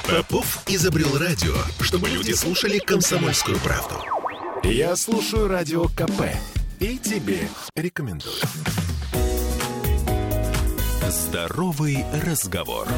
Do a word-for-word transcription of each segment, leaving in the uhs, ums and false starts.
Попов изобрел радио, чтобы люди слушали «Комсомольскую правду». Я слушаю Радио КП и тебе рекомендую. Здоровый разговор.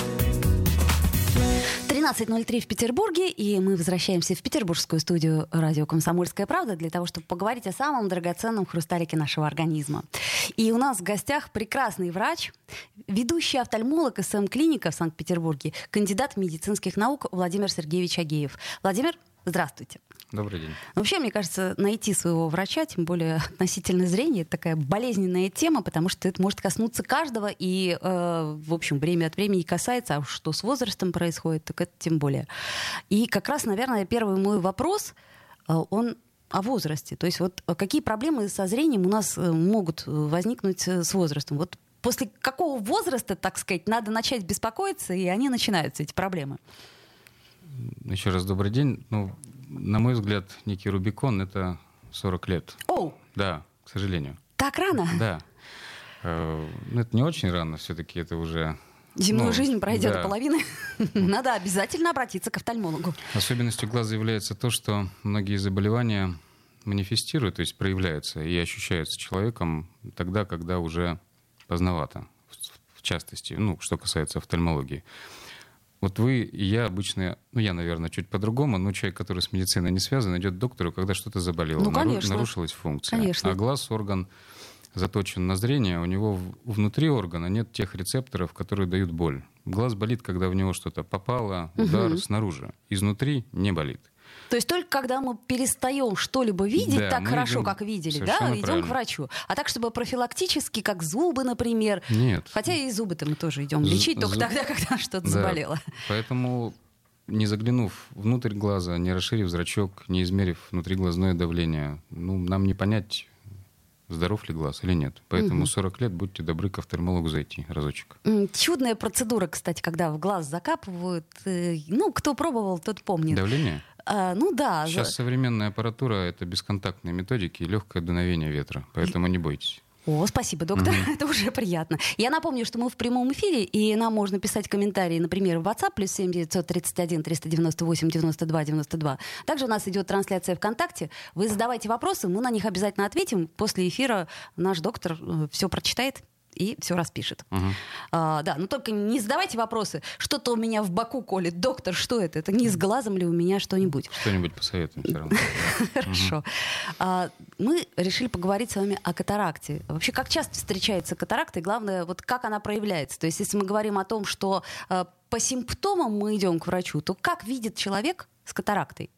тринадцать ноль три в Петербурге, и мы возвращаемся в петербургскую студию радио «Комсомольская правда» для того, чтобы поговорить о самом драгоценном хрусталике нашего организма. И у нас в гостях прекрасный врач, ведущий офтальмолог эс эм-клиника в Санкт-Петербурге, кандидат медицинских наук Владимир Сергеевич Агеев. Владимир, здравствуйте. Добрый день. Вообще, мне кажется, найти своего врача, тем более относительно зрения, это такая болезненная тема, потому что это может коснуться каждого, и, э, в общем, время от времени касается, а что с возрастом происходит, так это тем более. И как раз, наверное, первый мой вопрос, э, он о возрасте. То есть вот какие проблемы со зрением у нас могут возникнуть с возрастом? Вот после какого возраста, так сказать, надо начать беспокоиться, и они начинаются, эти проблемы? Еще раз добрый день. Ну, на мой взгляд, некий Рубикон — это сорок лет. О! Да, к сожалению. Так рано? Да. Э, ну, это не очень рано, все-таки это уже... Земную ну, жизнь пройдя да. до половины, надо обязательно обратиться к офтальмологу. Особенностью глаза является то, что многие заболевания манифестируют, то есть проявляются и ощущаются человеком тогда, когда уже поздновато, в частности, ну, что касается офтальмологии. Вот вы и я обычно, ну, я, наверное, чуть по-другому, но человек, который с медициной не связан, идет к доктору, когда что-то заболело, ну, конечно. нарушилась функция. Конечно. А глаз — орган заточен на зрение, у него внутри органа нет тех рецепторов, которые дают боль. Глаз болит, когда в него что-то попало, удар угу. снаружи. Изнутри не болит. То есть только когда мы перестаем что-либо видеть да, так хорошо, идем... как видели, да, идем правильно. к врачу. А так, чтобы профилактически, как зубы, например. Нет. Хотя и зубы-то мы тоже идем лечить, З- только з- тогда, когда что-то да. заболело. Поэтому, не заглянув внутрь глаза, не расширив зрачок, не измерив внутриглазное давление, ну, нам не понять, здоров ли глаз или нет. Поэтому угу. сорок лет, будьте добры к офтальмологу зайти разочек. Чудная процедура, кстати, когда в глаз закапывают. Ну, кто пробовал, тот помнит. Давление? А, ну да. Сейчас современная аппаратура — это бесконтактные методики и легкое дуновение ветра. Поэтому не бойтесь. О, спасибо, доктор, Mm-hmm. это уже приятно. Я напомню, что мы в прямом эфире, и нам можно писать комментарии, например, в WhatsApp, плюс семь девятьсот тридцать один триста девяносто восемь девяносто два девяносто два. Также у нас идет трансляция ВКонтакте. Вы задавайте вопросы, мы на них обязательно ответим. После эфира наш доктор все прочитает и все распишет. Uh-huh. А, да, но только не задавайте вопросы. Что-то у меня в боку колет. Доктор, что это? Это не с глазом ли у меня что-нибудь? Что-нибудь посоветуем все равно. Хорошо. Мы решили поговорить с вами о катаракте. Вообще, как часто встречается катаракта? И главное, вот как она проявляется? То есть, если мы говорим о том, что по симптомам мы идем к врачу, то как видит человек с катарактой?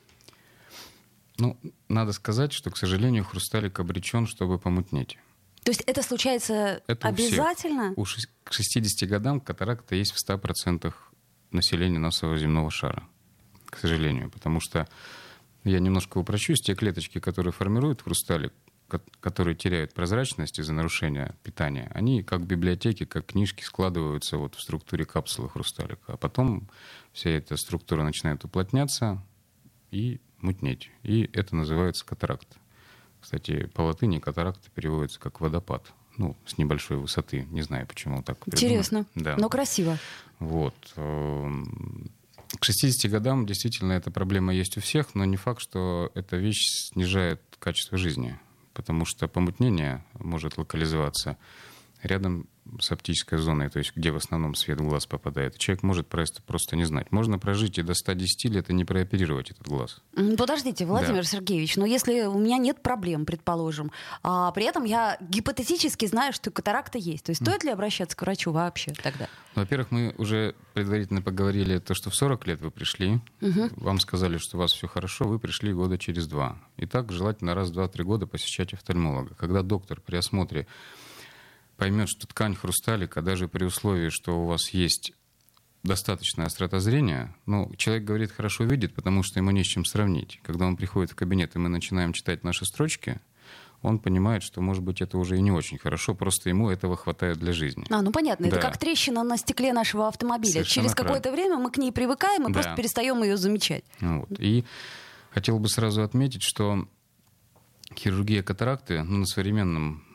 Ну, надо сказать, что, к сожалению, хрусталик обречен, чтобы помутнеть. То есть это случается это обязательно? У всех. К шестидесяти годам катаракта есть в ста процентах населения нашего земного шара. К сожалению. Потому что, я немножко упрощусь, те клеточки, которые формируют хрусталик, которые теряют прозрачность из-за нарушения питания, они как библиотеки, как книжки складываются вот в структуре капсулы хрусталика. А потом вся эта структура начинает уплотняться и мутнеть. И это называется катаракт. Кстати, по латыни катаракта переводится как водопад. Ну, с небольшой высоты. Не знаю, почему так придумано. Интересно, да. но красиво. Вот. К шестидесяти годам действительно эта проблема есть у всех, но не факт, что эта вещь снижает качество жизни. Потому что помутнение может локализоваться рядом с оптической зоной, то есть где в основном свет в глаз попадает. Человек может просто, просто не знать. Можно прожить и до ста десяти лет и не прооперировать этот глаз. Подождите, Владимир да. Сергеевич, но если у меня нет проблем, предположим, а при этом я гипотетически знаю, что катаракта есть, то есть стоит ли обращаться к врачу вообще тогда? Во-первых, мы уже предварительно поговорили, то, что в сорок лет вы пришли, угу. вам сказали, что у вас все хорошо, вы пришли года через два. И так желательно раз в два-три года посещать офтальмолога. Когда доктор при осмотре поймет, что ткань хрусталика, даже при условии, что у вас есть достаточная острота зрения, ну, человек говорит, хорошо видит, потому что ему не с чем сравнить. Когда он приходит в кабинет, и мы начинаем читать наши строчки, он понимает, что, может быть, это уже и не очень хорошо, просто ему этого хватает для жизни. А, ну понятно, да. это как трещина на стекле нашего автомобиля. Совершенно Через какое-то время мы к ней привыкаем и да. просто перестаем ее замечать. Вот. И хотел бы сразу отметить, что хирургия катаракты, ну, на современном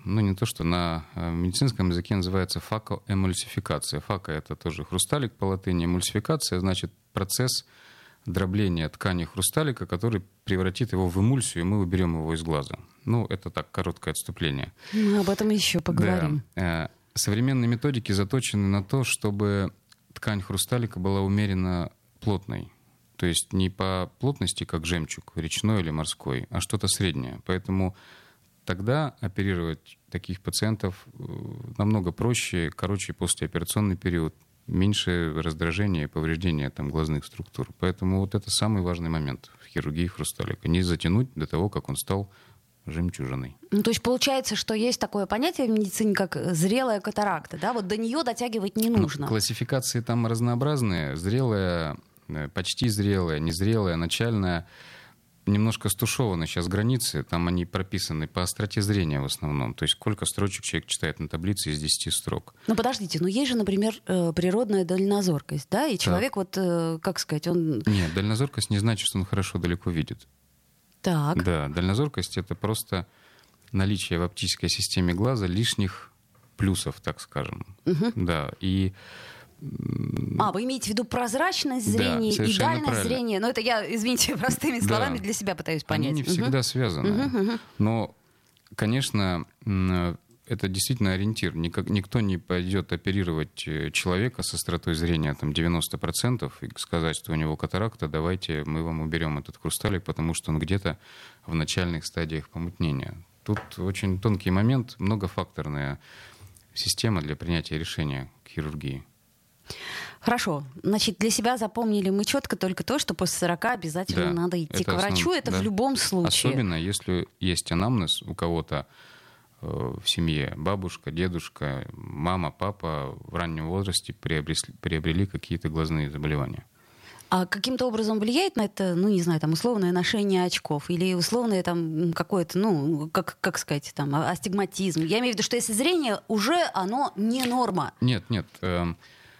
ну не то что, на медицинском языке называется факоэмульсификация. Фако — это тоже хрусталик по латыни, эмульсификация — значит процесс дробления ткани хрусталика, который превратит его в эмульсию, и мы уберем его из глаза. Ну, это так, короткое отступление. Мы об этом еще поговорим. Да. Современные методики заточены на то, чтобы ткань хрусталика была умеренно плотной. То есть не по плотности, как жемчуг, речной или морской, а что-то среднее. Поэтому тогда оперировать таких пациентов намного проще, короче послеоперационный период, меньше раздражения и повреждения там, глазных структур. Поэтому вот это самый важный момент в хирургии хрусталика. Не затянуть до того, как он стал жемчужиной. Ну, то есть получается, что есть такое понятие в медицине, как зрелая катаракта, да? Вот до нее дотягивать не нужно. Ну, классификации там разнообразные. Зрелая, почти зрелая, незрелая, начальная. Немножко стушеваны сейчас границы. Там они прописаны по остроте зрения в основном. То есть сколько строчек человек читает на таблице из десяти строк. Ну, подождите, ну есть же, например, природная дальнозоркость, да? И человек, так. вот, как сказать, он... Нет, дальнозоркость не значит, что он хорошо далеко видит. Так. Да, дальнозоркость — это просто наличие в оптической системе глаза лишних плюсов, так скажем. Угу. Да, и... А, вы имеете в виду прозрачность зрения, да, и дальность правильно. Зрения? Ну, это я, извините, простыми словами да. для себя пытаюсь понять. Они не всегда угу. связаны. Угу, угу. Но, конечно, это действительно ориентир. Никто не пойдет оперировать человека с остротой зрения там, девяносто процентов и сказать, что у него катаракта, давайте мы вам уберем этот хрусталик, потому что он где-то в начальных стадиях помутнения. Тут очень тонкий момент, многофакторная система для принятия решения к хирургии. Хорошо. Значит, для себя запомнили мы четко только то, что после сорока обязательно да, надо идти к врачу. Основ... Это да. в любом случае. Особенно, если есть анамнез у кого-то э, в семье. Бабушка, дедушка, мама, папа в раннем возрасте приобрели, приобрели какие-то глазные заболевания. А каким-то образом влияет на это, ну, не знаю, там, условное ношение очков или условное там какое-то, ну, как, как сказать, там, астигматизм? Я имею в виду, что если зрение уже, оно не норма. Нет, нет. Э,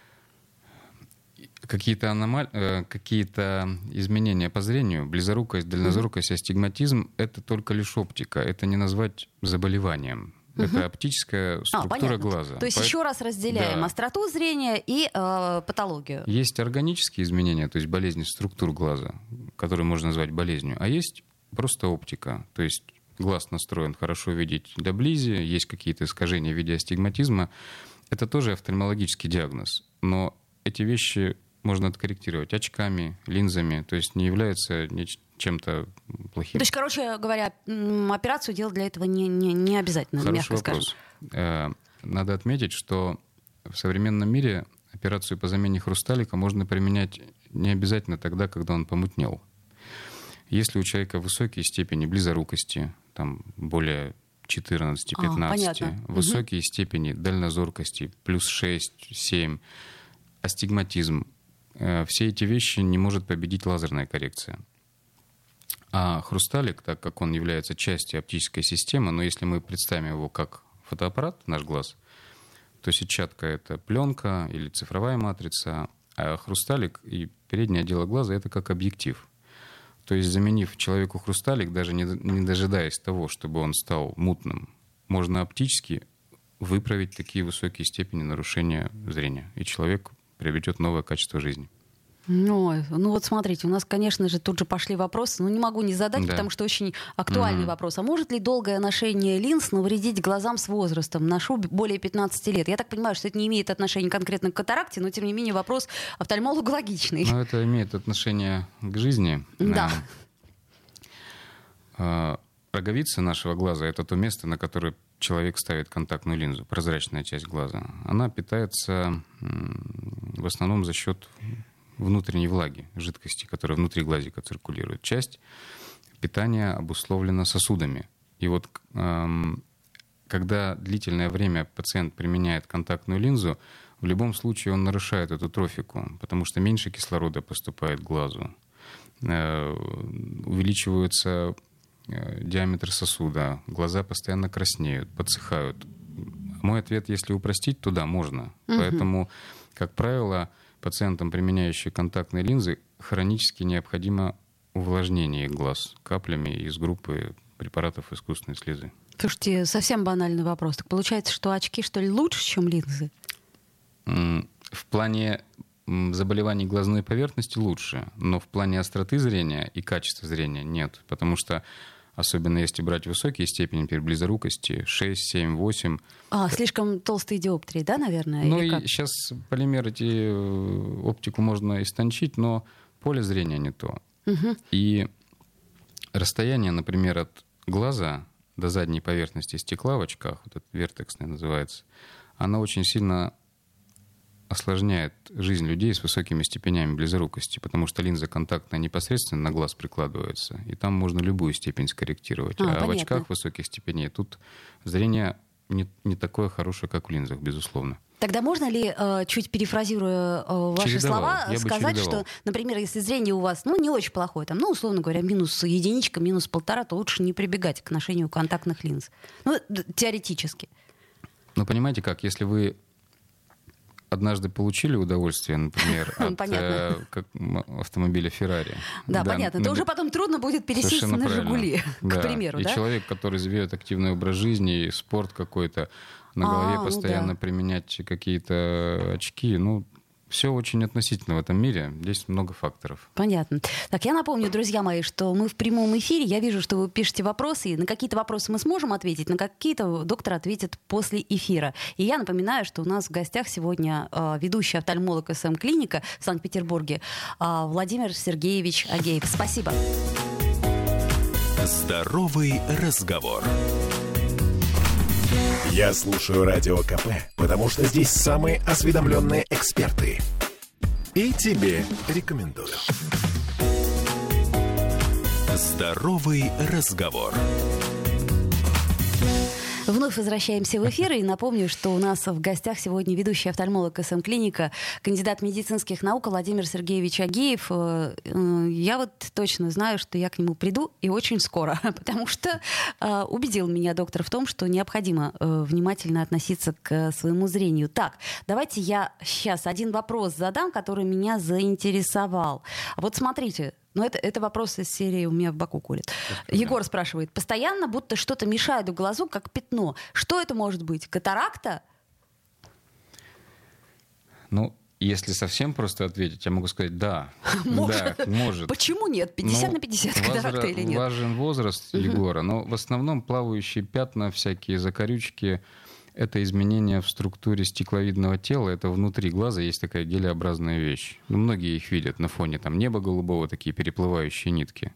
Какие-то, аномаль... какие-то изменения по зрению, близорукость, дальнозоркость, астигматизм — это только лишь оптика. Это не назвать заболеванием. Uh-huh. Это оптическая структура а, глаза. То есть По... еще раз разделяем да. остроту зрения и э, патологию. Есть органические изменения, то есть болезни структур глаза, которые можно назвать болезнью. А есть просто оптика. То есть глаз настроен хорошо видеть до близи, есть какие-то искажения в виде астигматизма. Это тоже офтальмологический диагноз. Но эти вещи можно откорректировать очками, линзами, то есть не является чем-то плохим. То есть, короче говоря, операцию делать для этого не, не, не обязательно, Хороший мягко вопрос. скажем. Надо отметить, что в современном мире операцию по замене хрусталика можно применять не обязательно тогда, когда он помутнел. Если у человека высокие степени близорукости, там более четырнадцать-пятнадцать, а, высокие угу. степени дальнозоркости, плюс шесть-семь, астигматизм, все эти вещи не может победить лазерная коррекция. А хрусталик, так как он является частью оптической системы, но если мы представим его как фотоаппарат, наш глаз, то сетчатка — это пленка или цифровая матрица, а хрусталик и переднее отдело глаза — это как объектив. То есть, заменив человеку хрусталик, даже не, не дожидаясь того, чтобы он стал мутным, можно оптически выправить такие высокие степени нарушения зрения, и человек приобретет новое качество жизни. Ну, ну вот смотрите, у нас, конечно же, тут же пошли вопросы, но не могу не задать, да. потому что очень актуальный mm-hmm. вопрос. А может ли долгое ношение линз навредить глазам с возрастом? Ношу более пятнадцати лет. Я так понимаю, что это не имеет отношения конкретно к катаракте, но, тем не менее, вопрос офтальмологу логичный. Ну, это имеет отношение к жизни. Да. Роговица нашего глаза — это то место, на которое человек ставит контактную линзу, прозрачная часть глаза. Она питается в основном за счет внутренней влаги, жидкости, которая внутри глазика циркулирует. Часть питания обусловлена сосудами. И вот эм, когда длительное время пациент применяет контактную линзу, в любом случае он нарушает эту трофику, потому что меньше кислорода поступает к глазу. Э, увеличивается э, диаметр сосуда, глаза постоянно краснеют, подсыхают. Мой ответ, если упростить, то да, можно. Угу. Поэтому, как правило, пациентам, применяющим контактные линзы, хронически необходимо увлажнение глаз каплями из группы препаратов искусственной слезы. Слушайте, совсем банальный вопрос. Так получается, что очки, что ли, лучше, чем линзы? В плане заболеваний глазной поверхности лучше, но в плане остроты зрения и качества зрения нет. Потому что, особенно если брать высокие степени близорукости, шесть, семь, восемь... А, слишком толстые диоптрии, да, наверное? Ну и как? Сейчас полимер, эти, оптику можно истончить, но поле зрения не то. Угу. И расстояние, например, от глаза до задней поверхности стекла в очках, вот этот вертексный называется, она очень сильно осложняет жизнь людей с высокими степенями близорукости, потому что линза контактная непосредственно на глаз прикладывается, и там можно любую степень скорректировать. А, а в очках высоких степеней тут зрение не, не такое хорошее, как в линзах, безусловно. Тогда можно ли, чуть перефразируя ваши чередовал. слова, Я сказать, что, например, если зрение у вас, ну, не очень плохое, там, ну, условно говоря, минус единичка, минус полтора, то лучше не прибегать к ношению контактных линз. Ну, теоретически. Ну, понимаете как, если вы однажды получили удовольствие, например, от э, как, автомобиля Ferrari. Да, да, понятно. То уже потом трудно будет пересесть на правильно. «Жигули», да. к примеру. И да? человек, который ведет активный образ жизни, спорт какой-то, на голове а, постоянно ну да. применять какие-то очки, ну, все очень относительно в этом мире. Здесь много факторов. Понятно. Так, я напомню, друзья мои, что мы в прямом эфире. Я вижу, что вы пишете вопросы. И на какие-то вопросы мы сможем ответить, на какие-то доктор ответит после эфира. И я напоминаю, что у нас в гостях сегодня э, ведущий офтальмолог эс эм клиника в Санкт-Петербурге э, Владимир Сергеевич Агеев. Спасибо. Здоровый разговор. Я слушаю Радио КП, потому что здесь самые осведомленные эксперты. И тебе рекомендую. Здоровый разговор. Вновь возвращаемся в эфир, и напомню, что у нас в гостях сегодня ведущий офтальмолог эс эм клиника, кандидат медицинских наук Владимир Сергеевич Агеев. Я вот точно знаю, что я к нему приду и очень скоро, потому что убедил меня доктор в том, что необходимо внимательно относиться к своему зрению. Так, давайте я сейчас один вопрос задам, который меня заинтересовал. Вот смотрите, но это, это вопрос из серии «У меня в боку колет». Егор спрашивает. Постоянно будто что-то мешает в глазу, как пятно. Что это может быть? Катаракта? Ну, если совсем просто ответить, я могу сказать «да». Может. Да, может. Почему нет? пятьдесят на пятьдесят катаракта или нет? Важен возраст Егора, но в основном плавающие пятна, всякие закорючки — это изменения в структуре стекловидного тела. Это внутри глаза есть такая гелеобразная вещь. Ну, многие их видят на фоне там, неба голубого, такие переплывающие нитки.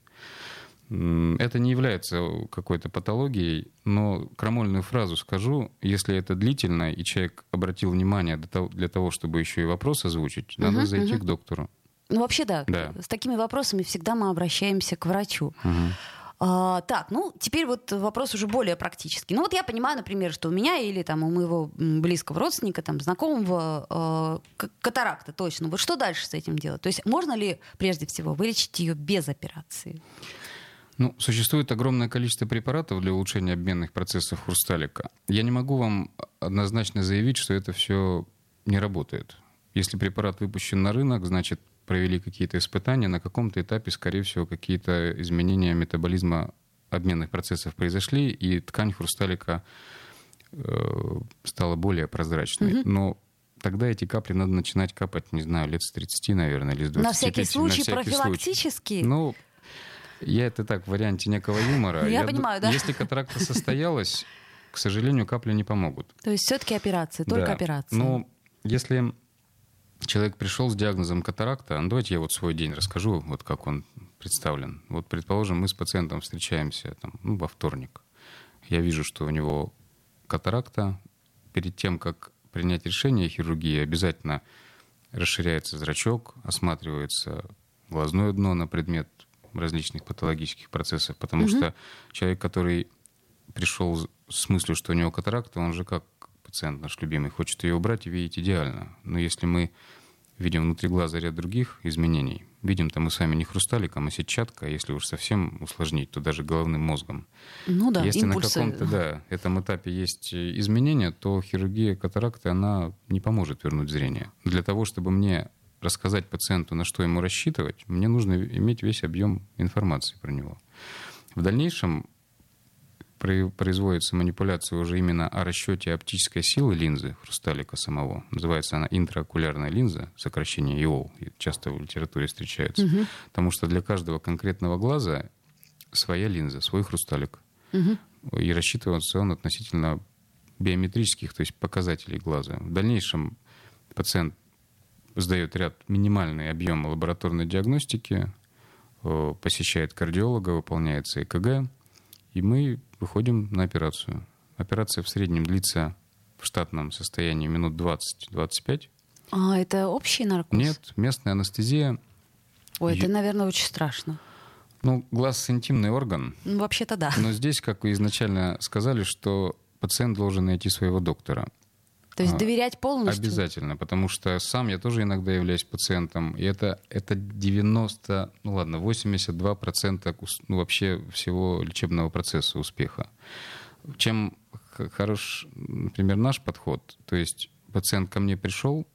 Это не является какой-то патологией, но крамольную фразу скажу. Если это длительно, и человек обратил внимание для того, чтобы еще и вопрос озвучить, надо uh-huh, зайти uh-huh. к доктору. Ну, вообще, да. да. С такими вопросами всегда мы обращаемся к врачу. Uh-huh. А, так, ну, теперь вот вопрос уже более практический. Ну, вот я понимаю, например, что у меня или там у моего близкого родственника, там, знакомого э, катаракта точно. Вот что дальше с этим делать? То есть можно ли, прежде всего, вылечить ее без операции? Ну, существует огромное количество препаратов для улучшения обменных процессов хрусталика. Я не могу вам однозначно заявить, что это все не работает. Если препарат выпущен на рынок, значит, провели какие-то испытания, на каком-то этапе, скорее всего, какие-то изменения метаболизма обменных процессов произошли, и ткань хрусталика э, стала более прозрачной. Mm-hmm. Но тогда эти капли надо начинать капать, не знаю, лет с тридцати, наверное, или с двадцати. На всякий случай, на всякий профилактически? Случай. Ну, я это так, в варианте некого юмора. Я, я понимаю, да. Если катаракта состоялась, к сожалению, капли не помогут. То есть все-таки операция, только да. операция. Но если человек пришел с диагнозом катаракта, ну, давайте я вот свой день расскажу, вот как он представлен. Вот, предположим, мы с пациентом встречаемся там, ну, во вторник. Я вижу, что у него катаракта. Перед тем, как принять решение хирургии, обязательно расширяется зрачок, осматривается глазное дно на предмет различных патологических процессов, потому mm-hmm. что человек, который пришел с мыслью, что у него катаракта, он же как пациент наш любимый, хочет ее убрать и видеть идеально. Но если мы видим внутри глаза ряд других изменений, видим-то мы сами не хрусталиком, а сетчаткой, а если уж совсем усложнить, то даже головным мозгом. Ну да, если импульсы. на каком-то да, этом этапе есть изменения, то хирургия катаракты, она не поможет вернуть зрение. Для того, чтобы мне рассказать пациенту, на что ему рассчитывать, мне нужно иметь весь объем информации про него. В дальнейшем производится манипуляция уже именно о расчете оптической силы линзы хрусталика самого. Называется она интраокулярная линза, сокращение и о, часто в литературе встречается. Угу. Потому что для каждого конкретного глаза своя линза, свой хрусталик. Угу. И рассчитывается он относительно биометрических, то есть показателей глаза. В дальнейшем пациент сдает ряд минимальный объем лабораторной диагностики, посещает кардиолога, выполняется э ка гэ, и мы выходим на операцию. Операция в среднем длится в штатном состоянии минут двадцать-двадцать пять. А это общий наркоз? Нет, местная анестезия. Ой, это, наверное, очень страшно. Ну, глаз — интимный орган. Ну, вообще-то да. Но здесь, как вы изначально сказали, что пациент должен найти своего доктора. То есть доверять полностью? Обязательно, потому что сам я тоже иногда являюсь пациентом, и это, это девяносто, ну ладно, восемьдесят два процента ну, вообще всего лечебного процесса успеха. Чем хорош, например, наш подход, то есть пациент ко мне пришел,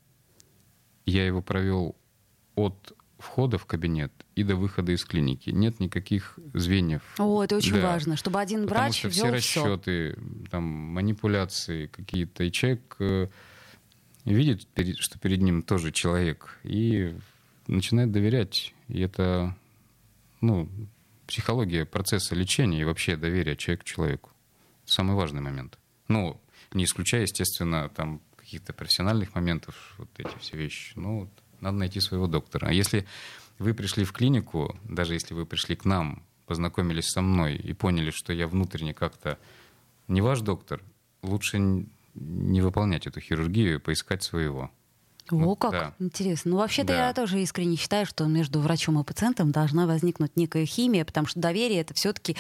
я его провел от входа в кабинет и до выхода из клиники. Нет никаких звеньев. О, это очень да. важно, чтобы один Потому врач что вел все расчеты, там, манипуляции какие-то, и человек э, видит, что перед ним тоже человек, и начинает доверять. И это, ну, психология процесса лечения и вообще доверие человека к человеку. Самый важный момент. Ну, не исключая, естественно, там каких-то профессиональных моментов, вот эти все вещи. Ну, надо найти своего доктора. А если вы пришли в клинику, даже если вы пришли к нам, познакомились со мной и поняли, что я внутренне как-то не ваш доктор, лучше не выполнять эту хирургию, поискать своего. О, вот, как да. интересно. Ну, вообще-то да. я тоже искренне считаю, что между врачом и пациентом должна возникнуть некая химия, потому что доверие — это все-таки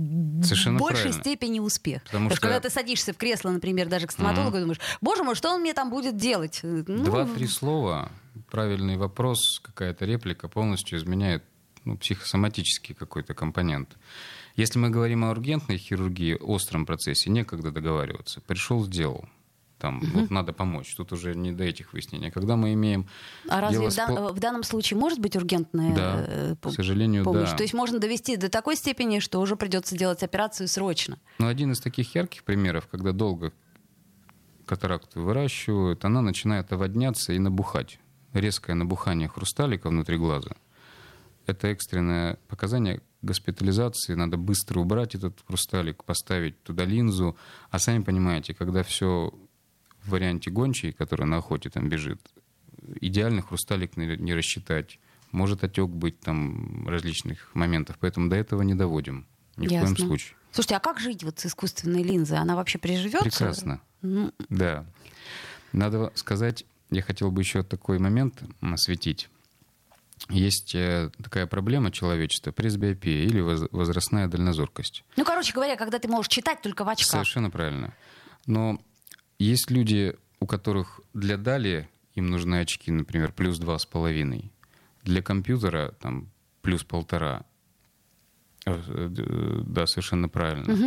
в большей правильно. степени успех. Потому, потому что что когда ты садишься в кресло, например, даже к стоматологу, mm-hmm. и думаешь, боже мой, что он мне там будет делать? Ну... Два-три слова, правильный вопрос, какая-то реплика полностью изменяет ну, психосоматический какой-то компонент. Если мы говорим о ургентной хирургии, остром процессе, некогда договариваться. Пришел, сделал. Там, угу. вот надо помочь. Тут уже не до этих выяснений. Когда мы имеем... А разве в, с... дан... в данном случае может быть ургентная да, э, к сожалению, помощь? да. То есть можно довести до такой степени, что уже придется делать операцию срочно? Ну, один из таких ярких примеров, когда долго катаракту выращивают, она начинает оводняться и набухать. Резкое набухание хрусталика внутри глаза. Это экстренное показание госпитализации. Надо быстро убрать этот хрусталик, поставить туда линзу. А сами понимаете, когда все... в варианте гончей, который на охоте там бежит, идеально хрусталик не рассчитать. Может отек быть там различных моментов. Поэтому до этого не доводим. Ни Ясно. в коем случае. Слушайте, а как жить вот с искусственной линзой? Она вообще приживется? Прекрасно. Ну... Да. Надо сказать, я хотел бы еще такой момент осветить. Есть такая проблема человечества — пресбиопия или возрастная дальнозоркость. Ну, короче говоря, когда ты можешь читать только в очках. Совершенно правильно. Но есть люди, у которых для дали им нужны очки, например, плюс два с половиной. Для компьютера там плюс полтора. Да, совершенно правильно. Угу.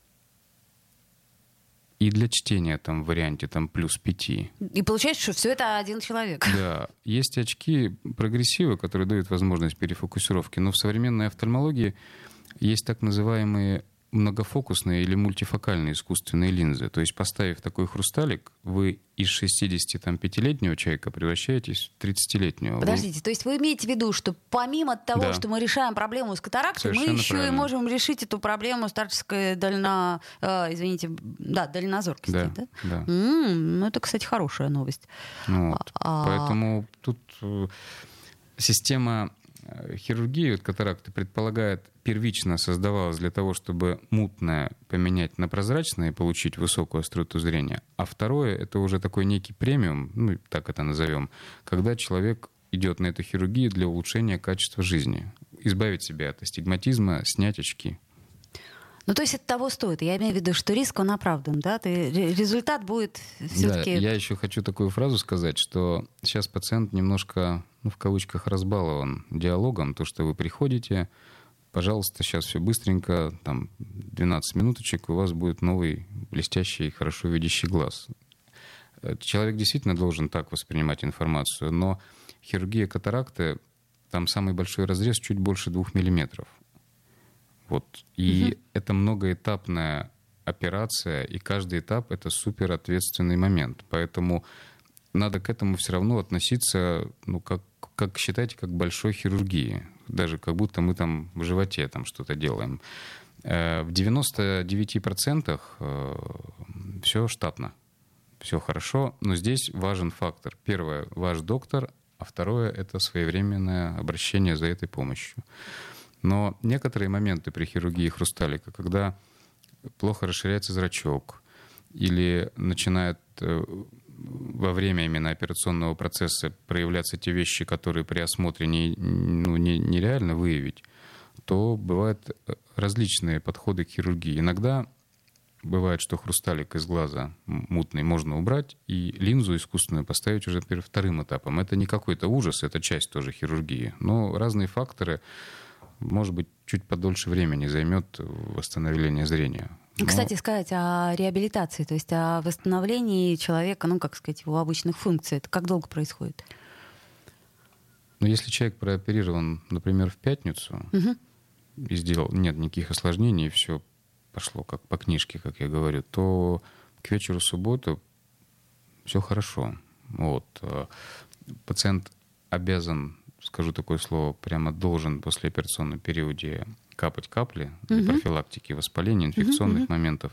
И для чтения там в варианте там плюс пяти. И получается, что все это один человек. Да. Есть очки прогрессивы, которые дают возможность перефокусировки. Но в современной офтальмологии есть так называемые многофокусные или мультифокальные искусственные линзы. То есть, поставив такой хрусталик, вы из шестидесятипятилетнего человека превращаетесь в тридцатилетнего. Подождите, то есть вы имеете в виду, что помимо того, да. что мы решаем проблему с катарактой, совершенно мы еще правильно. И можем решить эту проблему старческой дально... Э, извините, да, дальнозоркости, да? Да, да. М-м, ну, это, кстати, хорошая новость. Вот. А... Поэтому тут система хирургии от катаракты предполагает, первично создавалась для того, чтобы мутное поменять на прозрачное и получить высокую остроту зрения. А второе — это уже такой некий премиум, ну, так это назовем, когда человек идет на эту хирургию для улучшения качества жизни. Избавить себя от астигматизма, снять очки. Ну, то есть это того стоит. Я имею в виду, что риск, он оправдан, да? Ты, результат будет все-таки... Да, я еще хочу такую фразу сказать, что сейчас пациент немножко, ну, в кавычках, разбалован диалогом. То, что вы приходите, пожалуйста, сейчас все быстренько, там, двенадцать минуточек, у вас будет новый блестящий, хорошо видящий глаз. Человек действительно должен так воспринимать информацию, но хирургия катаракты, там самый большой разрез чуть больше двух миллиметров. Вот. И угу. это многоэтапная операция, и каждый этап — это супер ответственный момент. Поэтому надо к этому все равно относиться, ну, как, как считайте, как к большой хирургии. Даже как будто мы там в животе там что-то делаем. В девяноста девяти процентах все штатно, все хорошо, но здесь важен фактор. Первое — ваш доктор, а второе — это своевременное обращение за этой помощью. Но некоторые моменты при хирургии хрусталика, когда плохо расширяется зрачок или начинает во время именно операционного процесса проявляться те вещи, которые при осмотре не, ну, не, нереально выявить, то бывают различные подходы к хирургии. Иногда бывает, что хрусталик из глаза мутный можно убрать и линзу искусственную поставить уже вторым этапом. Это не какой-то ужас, это часть тоже хирургии. Но разные факторы, может быть, чуть подольше времени займет восстановление зрения. Но... Кстати, сказать о реабилитации, то есть о восстановлении человека, ну, как сказать, его обычных функций. Это как долго происходит? Ну, если человек прооперирован, например, в пятницу, угу. и сделал, нет никаких осложнений, и все пошло как по книжке, как я говорю, то к вечеру субботы все хорошо. Вот. Пациент обязан, скажу такое слово, прямо должен в послеоперационном периоде капать капли для угу. профилактики воспаления, инфекционных угу. моментов.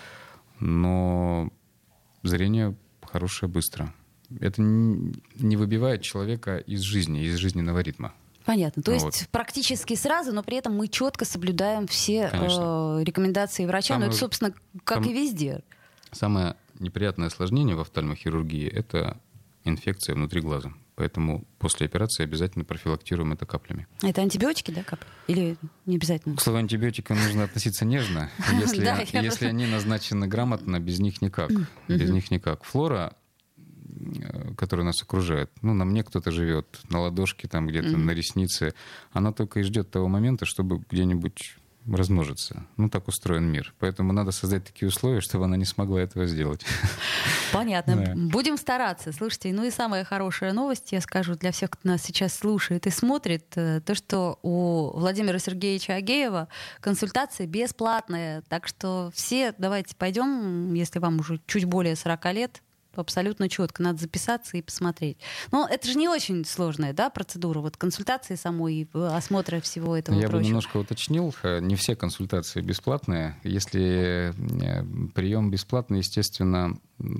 Но зрение хорошее быстро. Это не выбивает человека из жизни, из жизненного ритма. Понятно. То вот. есть практически сразу, но при этом мы четко соблюдаем все э, рекомендации врача. Самое, ну, это, собственно, как сам, и везде. Самое неприятное осложнение в офтальмохирургии — это инфекция внутри глаза. Поэтому после операции обязательно профилактируем это каплями. Это антибиотики, да, капли? Или не обязательно? К слову антибиотикам нужно относиться нежно. Если они назначены грамотно, без них никак. Без них никак. Флора, которая нас окружает, ну, на мне кто-то живет, на ладошке, там где-то, на реснице, она только и ждет того момента, чтобы где-нибудь размножиться. Ну, так устроен мир. Поэтому надо создать такие условия, чтобы она не смогла этого сделать. Понятно. Да. Будем стараться. Слушайте, ну и самая хорошая новость, я скажу, для всех, кто нас сейчас слушает и смотрит, то, что у Владимира Сергеевича Агеева консультация бесплатная. Так что все давайте пойдем, если вам уже чуть более сорока лет, абсолютно четко. Надо записаться и посмотреть. Но это же не очень сложная, да, процедура. Вот консультации самой, осмотра всего этого Я прочего. бы немножко уточнил. Не все консультации бесплатные. Если прием бесплатный, естественно,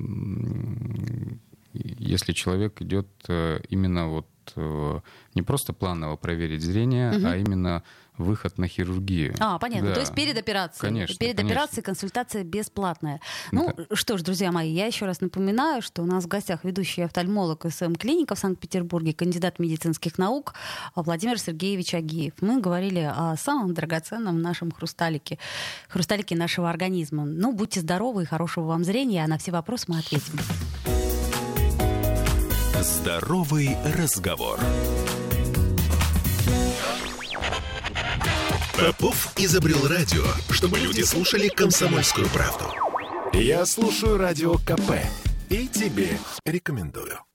если человек идет именно вот не просто планово проверить зрение, угу. а именно выход на хирургию. А, понятно. Да. То есть перед операцией. Конечно, перед конечно. операцией консультация бесплатная. Ну, да. Что ж, друзья мои, я еще раз напоминаю, что у нас в гостях ведущий офтальмолог СМ-клиника в Санкт-Петербурге, кандидат медицинских наук Владимир Сергеевич Агеев. Мы говорили о самом драгоценном нашем хрусталике, хрусталике нашего организма. Ну, будьте здоровы и хорошего вам зрения, а на все вопросы мы ответим. Здоровый разговор. Попов изобрел радио, чтобы люди слушали «Комсомольскую правду». Я слушаю радио ка пэ и тебе рекомендую.